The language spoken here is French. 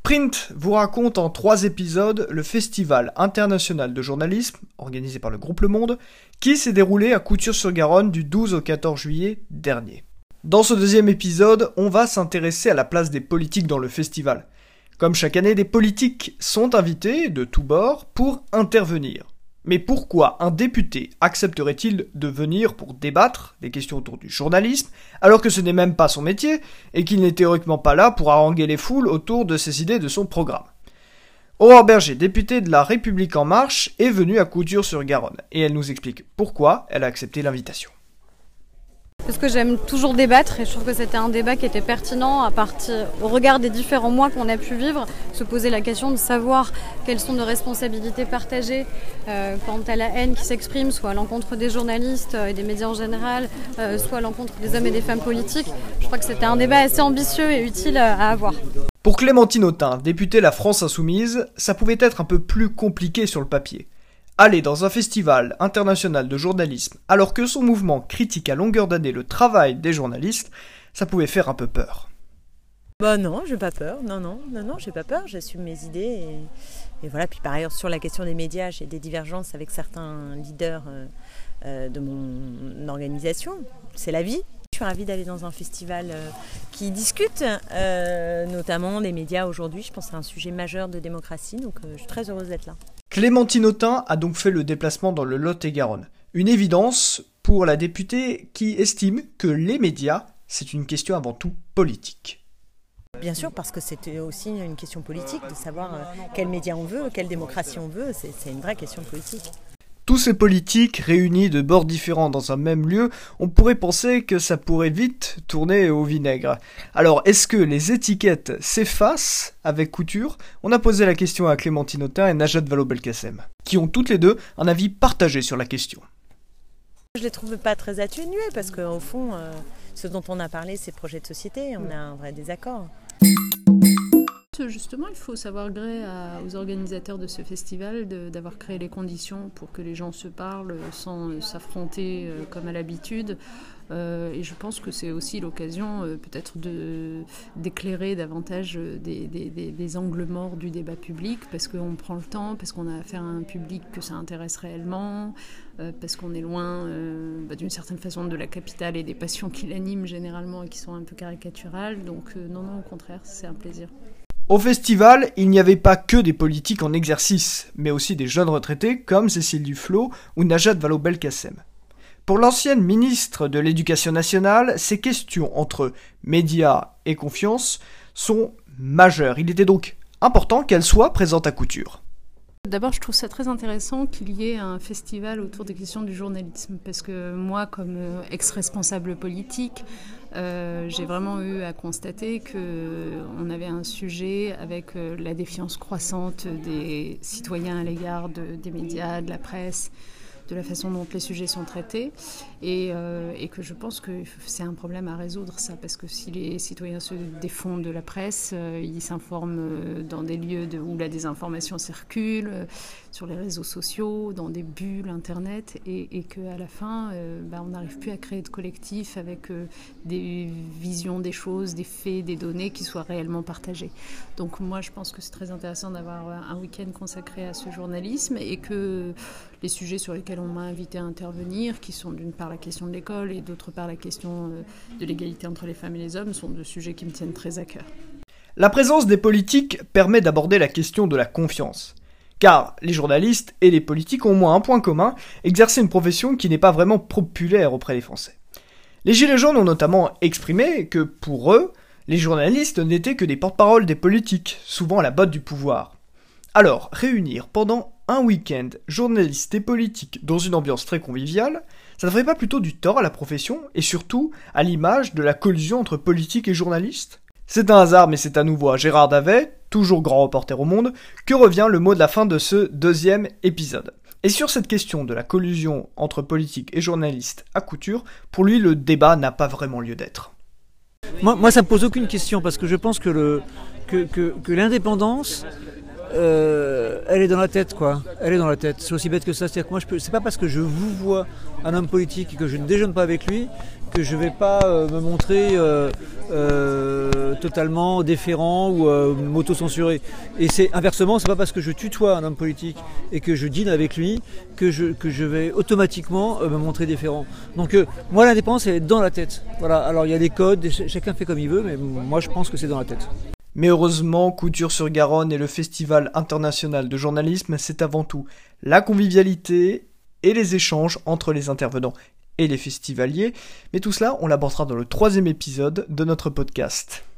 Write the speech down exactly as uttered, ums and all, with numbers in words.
Sprint vous raconte en trois épisodes le Festival international de journalisme, organisé par le groupe Le Monde, qui s'est déroulé à Couture-sur-Garonne du douze au quatorze juillet dernier. Dans ce deuxième épisode, on va s'intéresser à la place des politiques dans le festival. Comme chaque année, des politiques sont invités de tous bords pour intervenir. Mais pourquoi un député accepterait-il de venir pour débattre des questions autour du journalisme, alors que ce n'est même pas son métier, et qu'il n'est théoriquement pas là pour haranguer les foules autour de ses idées et de son programme? Aurore Berger, députée de La République En Marche, est venue à Couture-sur-Garonne, et elle nous explique pourquoi elle a accepté l'invitation. Parce que j'aime toujours débattre et je trouve que c'était un débat qui était pertinent à partir, au regard des différents mois qu'on a pu vivre, se poser la question de savoir quelles sont nos responsabilités partagées euh, quant à la haine qui s'exprime, soit à l'encontre des journalistes et des médias en général, euh, soit à l'encontre des hommes et des femmes politiques. Je crois que c'était un débat assez ambitieux et utile à avoir. Pour Clémentine Autain, députée La France Insoumise, ça pouvait être un peu plus compliqué sur le papier. Aller dans un festival international de journalisme alors que son mouvement critique à longueur d'année le travail des journalistes, ça pouvait faire un peu peur. Bah non, j'ai pas peur, non, non, non, non, j'ai pas peur, j'assume mes idées et, et voilà. Puis par ailleurs, sur la question des médias, j'ai des divergences avec certains leaders euh, euh, de mon organisation, c'est la vie. Je suis ravie d'aller dans un festival euh, qui discute, euh, notamment des médias aujourd'hui. Je pense que c'est un sujet majeur de démocratie, donc euh, je suis très heureuse d'être là. Clémentine Autain a donc fait le déplacement dans le Lot-et-Garonne. Une évidence pour la députée qui estime que les médias, c'est une question avant tout politique. Bien sûr, parce que c'est aussi une question politique, de savoir euh, quels médias on veut, quelle démocratie on veut, c'est, c'est une vraie question politique. Tous ces politiques réunis de bords différents dans un même lieu, on pourrait penser que ça pourrait vite tourner au vinaigre. Alors, est-ce que les étiquettes s'effacent avec Couture? On a posé la question à Clémentine Autain et Najat Vallaud-Belkacem, qui ont toutes les deux un avis partagé sur la question. Je les trouve pas très atténués, parce qu'au fond, euh, ce dont on a parlé, c'est projet de société, on a un vrai désaccord. Justement, il faut savoir gré à, aux organisateurs de ce festival de, d'avoir créé les conditions pour que les gens se parlent sans euh, s'affronter euh, comme à l'habitude. Euh, et je pense que c'est aussi l'occasion euh, peut-être de, d'éclairer davantage des, des, des, des angles morts du débat public, parce qu'on prend le temps, parce qu'on a affaire à un public que ça intéresse réellement, euh, parce qu'on est loin euh, bah, d'une certaine façon de la capitale et des passions qui l'animent généralement et qui sont un peu caricaturales. Donc euh, non, non, au contraire, c'est un plaisir. Au festival, il n'y avait pas que des politiques en exercice, mais aussi des jeunes retraités comme Cécile Duflot ou Najat Vallaud-Belkacem. Pour l'ancienne ministre de l'Éducation nationale, ces questions entre médias et confiance sont majeures. Il était donc important qu'elles soient présentes à Couture. D'abord, je trouve ça très intéressant qu'il y ait un festival autour des questions du journalisme, parce que moi, comme ex-responsable politique, euh, j'ai vraiment eu à constater qu'on avait un sujet avec la défiance croissante des citoyens à l'égard de, des médias, de la presse, de la façon dont les sujets sont traités, et, euh, et que je pense que c'est un problème à résoudre, ça, parce que si les citoyens se défendent de la presse, euh, ils s'informent dans des lieux de, où la désinformation circule, euh, sur les réseaux sociaux, dans des bulles internet, et, et qu'à la fin, euh, bah, on n'arrive plus à créer de collectif avec euh, des visions des choses, des faits, des données qui soient réellement partagées. Donc moi, je pense que c'est très intéressant d'avoir un week-end consacré à ce journalisme, et que les sujets sur lesquels on m'a invité à intervenir, qui sont d'une part la question de l'école et d'autre part la question de l'égalité entre les femmes et les hommes, sont deux sujets qui me tiennent très à cœur. La présence des politiques permet d'aborder la question de la confiance. Car les journalistes et les politiques ont au moins un point commun, exercer une profession qui n'est pas vraiment populaire auprès des Français. Les Gilets jaunes ont notamment exprimé que, pour eux, les journalistes n'étaient que des porte-parole des politiques, souvent à la botte du pouvoir. Alors, réunir pendant un week-end journalistes et politiques dans une ambiance très conviviale, ça ne ferait pas plutôt du tort à la profession, et surtout à l'image de la collusion entre politique et journalistes? C'est un hasard, mais c'est à nouveau à Gérard Davet, toujours grand reporter au Monde, que revient le mot de la fin de ce deuxième épisode. Et sur cette question de la collusion entre politique et journalistes à Couture, pour lui, le débat n'a pas vraiment lieu d'être. Moi, moi ça me pose aucune question, parce que je pense que, le, que, que, que l'indépendance, euh, elle est dans la tête, quoi. Elle est dans la tête. C'est aussi bête que ça. C'est-à-dire que moi, je peux, c'est pas parce que je vous vois un homme politique et que je ne déjeune pas avec lui que je vais pas euh, me montrer euh, euh, totalement déférent ou euh, m'auto-censurer. Et c'est inversement, c'est pas parce que je tutoie un homme politique et que je dîne avec lui que je, que je vais automatiquement euh, me montrer déférent. Donc euh, moi l'indépendance elle est dans la tête. Voilà. Alors il y a des codes, ch- chacun fait comme il veut, mais moi je pense que c'est dans la tête. Mais heureusement, Couture-sur-Garonne et le Festival international de journalisme, c'est avant tout la convivialité et les échanges entre les intervenants et les festivaliers. Mais tout cela, on l'abordera dans le troisième épisode de notre podcast.